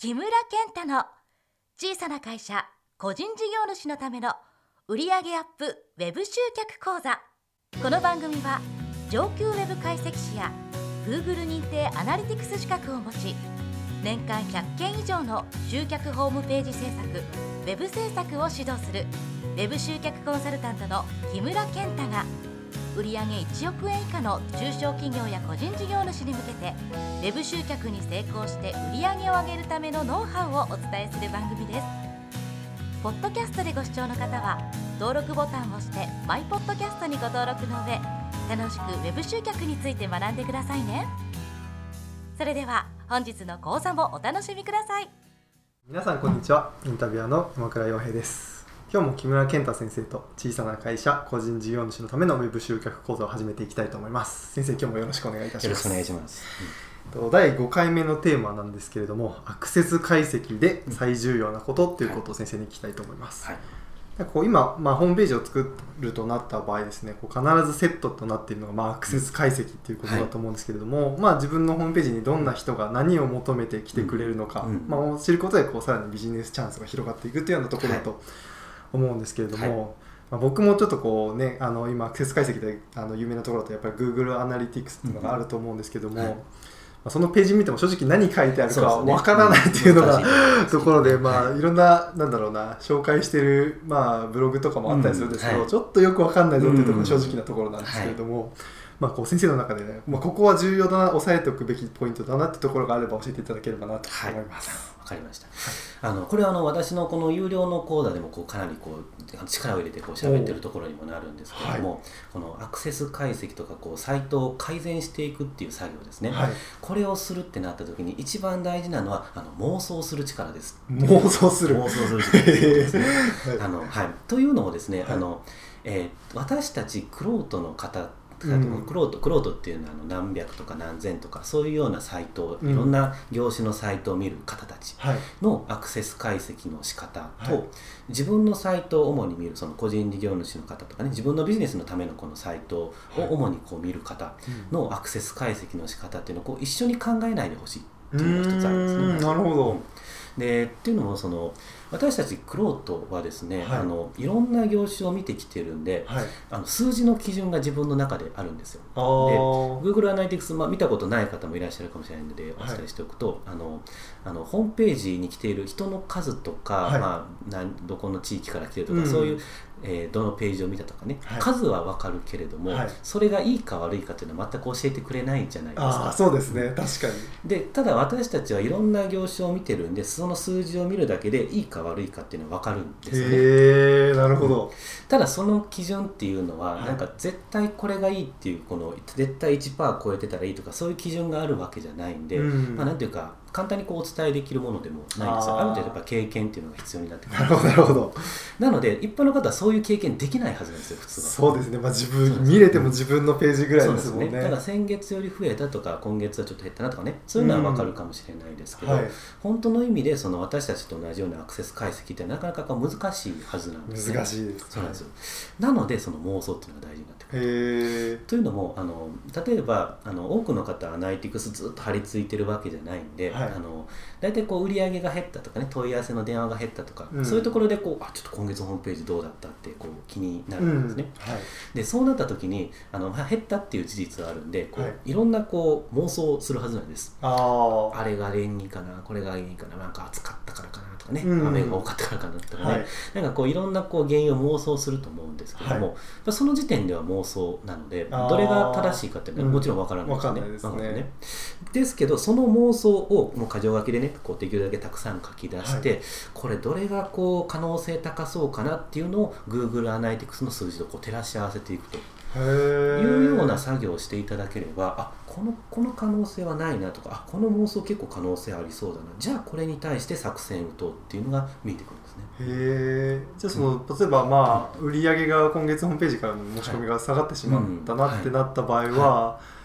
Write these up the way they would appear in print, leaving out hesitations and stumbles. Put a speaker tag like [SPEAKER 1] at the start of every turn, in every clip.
[SPEAKER 1] 木村健太の小さな会社個人事業主のための売上アップウェブ集客講座。この番組は上級ウェブ解析士や Google 認定アナリティクス資格を持ち、年間100件以上の集客ホームページ制作、ウェブ制作を指導するウェブ集客コンサルタントの木村健太が、売上1億円以下の中小企業や個人事業主に向けてウェブ集客に成功して売上を上げるためのノウハウをお伝えする番組です。ポッドキャストでご視聴の方は登録ボタンを押してマイポッドキャストにご登録の上、楽しくウェブ集客について学んでくださいね。それでは本日の講座もお楽しみください。
[SPEAKER 2] 皆さんこんにちは。インタビュアーの山倉洋平です。今日も木村健太先生と小さな会社個人事業主のためのウェブ集客講座を始めていきたいと思います。先生、今日もよろしくお願いいたします。
[SPEAKER 3] よろしくお願いします。
[SPEAKER 2] 第5回目のテーマなんですけれども、アクセス解析で最重要なことっていうことを先生に聞きたいと思います。今、ホームページを作るとなった場合ですね、必ずセットとなっているのが、アクセス解析っていうことだと思うんですけれども、自分のホームページにどんな人が何を求めて来てくれるのか、を知ることでさらにビジネスチャンスが広がっていくというようなところだと思うんですけれども、僕もちょっと今アクセス解析で有名なところだとやっぱり Google アナリティクスっていうのがあると思うんですけども、そのページ見ても正直何書いてあるかわからないっていうのがところで、いろんな紹介してるブログとかもあったりするんですけど、ちょっとよくわかんないぞっていうところが正直なところなんですけれども、先生の中でね、ここは重要だな、押さえておくべきポイントだなってところがあれば教えていただければなと思います。
[SPEAKER 3] わかりました。これは私のこの有料の講座でもかなり力を入れて喋ってるところにもなるんですけれども、このアクセス解析とかサイトを改善していくっていう作業ですね、これをするってなった時に一番大事なのは妄想する力です。
[SPEAKER 2] 妄想する
[SPEAKER 3] 力ですねというのもですね、私たち玄人の方、玄人っていうのは何百とか何千とかそういうようなサイト、いろんな業種のサイトを見る方たちのアクセス解析の仕方と、自分のサイトを主に見るその個人事業主の方とかね、自分のビジネスのためのこのサイトを主に見る方のアクセス解析の仕方っていうのを一緒に考えないでほしいっていうのが一つあるんですね。
[SPEAKER 2] なるほど。
[SPEAKER 3] でっていうのも私たち玄人はですね、いろんな業種を見てきてるんで、数字の基準が自分の中であるんですよ。で Google アナリティクス、見たことない方もいらっしゃるかもしれないのでお伝えしておくと、ホームページに来ている人の数とか、どこの地域から来ているとか、そういうどのページを見たとかね、数は分かるけれども、それがいいか悪いかというのは全く教えてくれないじゃないですか。
[SPEAKER 2] そうですね、確かに。
[SPEAKER 3] でただ私たちはいろんな業種を見てるんで、その数字を見るだけでいいか悪いかっていうのは分かるんですよね。
[SPEAKER 2] なるほど。
[SPEAKER 3] ただその基準っていうのは、絶対これがいいっていう、絶対 1% 超えてたらいいとかそういう基準があるわけじゃないんで、なんていうか簡単にお伝えできるものでもないんですよ。ある程度やっぱ経験っていうのが必要になってくる。
[SPEAKER 2] なるほど。
[SPEAKER 3] なので一般の方はそういう経験できないはずなんですよ、普通は。
[SPEAKER 2] そうですね、自分見れても自分のページぐらいですもんね。
[SPEAKER 3] ただ先月より増えたとか今月はちょっと減ったなとかね、そういうのは分かるかもしれないですけど、本当の意味で私たちと同じようなアクセス解析ってなかなか難しいはずなんですね。
[SPEAKER 2] 難しいです。
[SPEAKER 3] そうなんですよ。なのでその妄想っていうのが大事になってくるというのも、例えば多くの方はアナリティクスずっと張り付いてるわけじゃないんで、大体売り上げが減ったとかね、問い合わせの電話が減ったとか、そういうところでちょっと今月ホームページどうだったって気になるんですね。でそうなった時に減ったっていう事実があるんで、いろんな妄想するはずなんです。あれが原因かな、これが原因かな、暑かったからかなとかね、雨が多かったからかなとかね、いろんな原因を妄想すると思うんですけども、その時点では妄想なので、どれが正しいかっていうのはもちろんわからないですね。ですけどその妄想をもう箇条書きでね、できるだけたくさん書き出して、これどれが可能性高そうかなっていうのを Google アナリティクスの数字と照らし合わせていくというような作業をしていただければ、この可能性はないなとか、この妄想結構可能性ありそうだな、じゃあこれに対して作戦打とうっていうのが見えてくるんですね。
[SPEAKER 2] じゃあ例えば売上が今月ホームページからの申し込みが下がってしまったなってなった場合は、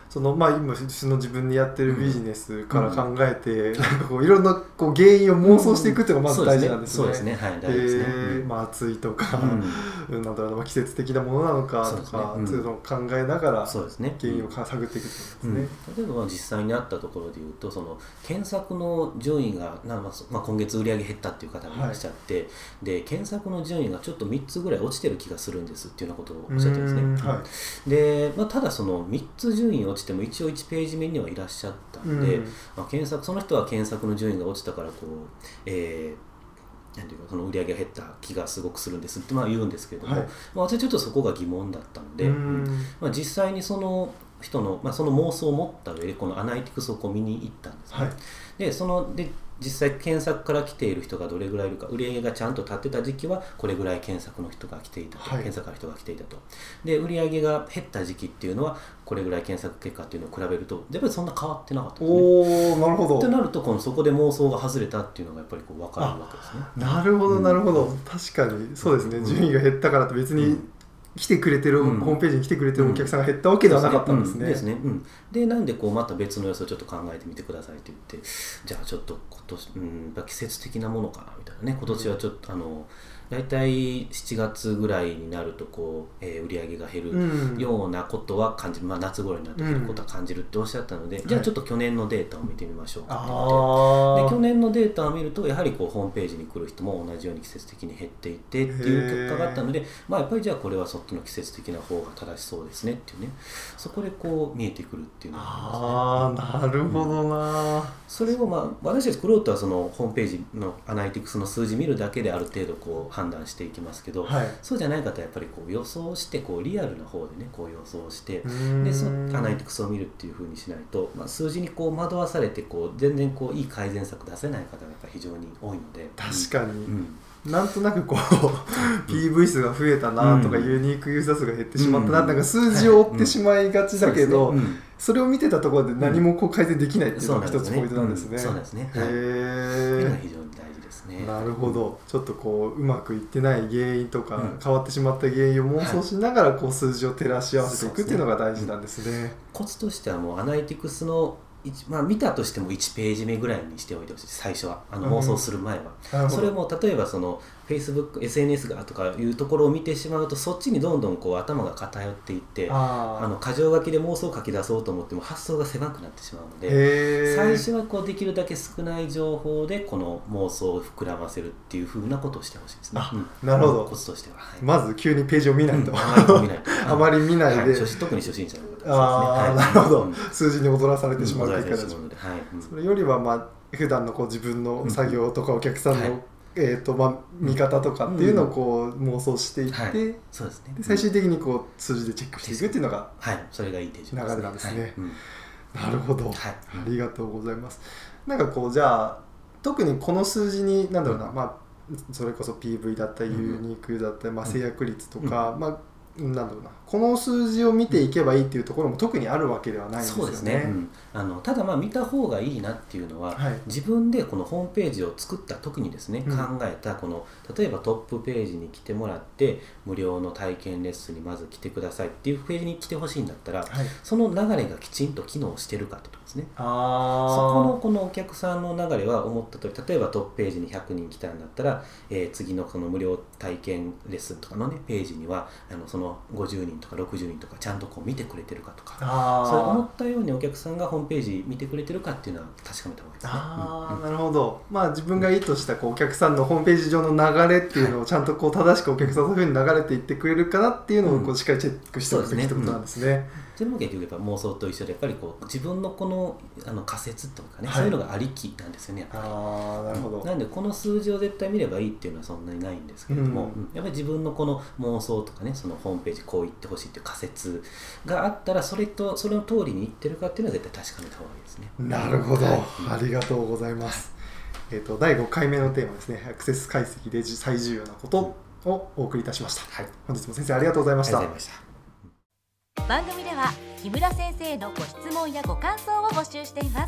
[SPEAKER 2] その今の自分でやってるビジネスから考えて、なんかこういろんなこう原因を妄想していくっていうのがまず大事なんですね。
[SPEAKER 3] そうですね、はい、大事ですね。
[SPEAKER 2] 暑いとか、なんだろうな、季節的なものなのかとか、そういうのを考えながら原因を探っていくってことですね。
[SPEAKER 3] 例えば実際にあったところでいうと、その検索の順位が今月売り上げ減ったっていう方がいらっしゃって、で検索の順位がちょっと3つぐらい落ちてる気がするんですっていうようなことをおっしゃってるんですね。で、ただその3つ順位落ちても一応1ページ目にはいらっしゃったんで、その人は検索の順位が落ちたからこう、なんていうかその売り上げが減った気がすごくするんですって言うんですけれども、私はちょっとそこが疑問だったので、実際にその人の、その妄想を持った上でこのアナリティクスをこう見に行ったんですね。で実際検索から来ている人がどれぐらいいるか、売り上げがちゃんと立ってた時期はこれぐらい検索の人が来ていたと、検索から人が来ていたと。で売り上げが減った時期っていうのはこれぐらい検索結果っていうのを比べるとやっぱりそんな変わってなかったんですね。
[SPEAKER 2] なるほど。
[SPEAKER 3] ってなるとそこで妄想が外れたっていうのがやっぱりこう分かるわけですね。
[SPEAKER 2] なるほどなるほど、確かにそうですね。順位が減ったからと別に、来てくれてる、ホームページに来てくれてるお客さんが減ったわけではなかったんですね。
[SPEAKER 3] でなんでこうまた別の要素をちょっと考えてみてくださいって言って、じゃあちょっと今年、季節的なものかなみたいなね。今年はちょっと大体7月ぐらいになるとこう、売り上げが減るようなことは感じる、夏頃になって減ることは感じるっておっしゃったので、じゃあちょっと去年のデータを見てみましょうかって言って、で去年のデータを見るとやはりこうホームページに来る人も同じように季節的に減っていてっていう結果があったので、やっぱりじゃあこれはそっちの季節的な方が正しそうですねっていうね、そこでこう見えてくるっていうのがありますね。
[SPEAKER 2] なるほどな。
[SPEAKER 3] それを私たちクロートはそのホームページのアナリティクスの数字見るだけである程度こう判断していきますけど、そうじゃない方はやっぱりこう予想してこうリアルな方でねこう予想してでアナリティクスを見るっていう風にしないと、数字にこう惑わされてこう全然こういい改善策出せない方がやっぱり非常に多いので。
[SPEAKER 2] 確かに、なんとなくこうPV 数が増えたなとか、ユニークユーザー数が減ってしまったな、なんか数字を追ってしまいがちだけど、それを見てたところで何もこう改善できないっていうのが一つポイントなんですね。
[SPEAKER 3] そうですね。それが非常に大事ですね。
[SPEAKER 2] なるほど。ちょっとこううまくいってない原因とか、変わってしまった原因を妄想しながらこう数字を照らし合わせていくっていうのが大事なんですね。
[SPEAKER 3] コツとしてはもうアナリティクスの見たとしても1ページ目ぐらいにしておいてほしい。最初は妄想する前は、それも例えばその Facebook、SNS がとかいうところを見てしまうと、そっちにどんどんこう頭が偏っていって、箇条書きで妄想を書き出そうと思っても発想が狭くなってしまうので、最初はこうできるだけ少ない情報でこの妄想を膨らませるっていうふうなことをしてほしいですね。
[SPEAKER 2] なるほど。
[SPEAKER 3] コツとしては、
[SPEAKER 2] まず急にページを見ないと、あまり見ないで、
[SPEAKER 3] 特に初心者の方
[SPEAKER 2] ですね。なるほど。数字に踊らされてしまう結果です。それよりは普段のこう自分の作業とかお客さんの見方とかっていうのをこう妄想していって、
[SPEAKER 3] そうですね。
[SPEAKER 2] 最終的にこう数字でチェックしていくっていうのが
[SPEAKER 3] それがいい流
[SPEAKER 2] れなんですね。なるほど。ありがとうございます。なんかこうじゃあ特にこの数字になんだろうな、それこそ PV だったりユニークだったり、制約率とか、なんだろうな、この数字を見ていけばいいっていうところも特にあるわけではないんですよね。
[SPEAKER 3] そうですね。ただ見た方がいいなっていうのは、自分でこのホームページを作った時にですね、考えたこの例えばトップページに来てもらって無料の体験レッスンにまず来てくださいっていうページに来てほしいんだったら、その流れがきちんと機能してるかってことですね。そこのこのお客さんの流れは思った通り、例えばトップページに100人来たんだったら、次のこの無料体験レッスンとかのねページにはその50人とか60人とかちゃんとこう見てくれてるかとか、そう思ったようにお客さんがホームページ見てくれてるかっていうのは確かめた方がいいですね。
[SPEAKER 2] なるほど。自分が意図したこうお客さんのホームページ上の流れっていうのをちゃんとこう正しくお客さんの風に流れていってくれるかなっていうのをこうしっかりチェックしておくべきってことなんですね。
[SPEAKER 3] それも結局やっぱ妄想と一緒でやっぱりこう自分のこの仮説とかね、そういうのがありきなんですよね。やっぱり
[SPEAKER 2] なるほど。
[SPEAKER 3] なんでこの数字を絶対見ればいいっていうのはそんなにないんですけれども、やっぱり自分のこの妄想とかね、そのホームページこう言ってほしいっていう仮説があったらそれの通りに言ってるかっていうのは絶対確かめた方がいいですね。
[SPEAKER 2] なるほど、ありがとうございます。第5回目のテーマですね、アクセス解析で最重要なことをお送りいたしました。本日も先生ありがとうございました。
[SPEAKER 1] 番組では木村先生のご質問やご感想を募集しています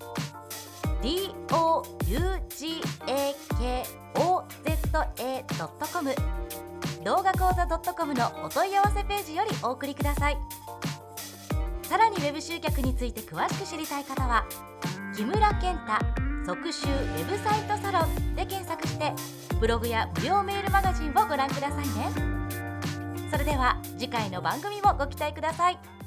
[SPEAKER 1] 。dougakoza.com 動画講座 .com のお問い合わせページよりお送りください。さらにウェブ集客について詳しく知りたい方は木村健太即習ウェブサイトサロンで検索してブログや無料メールマガジンをご覧くださいね。それでは次回の番組もご期待ください。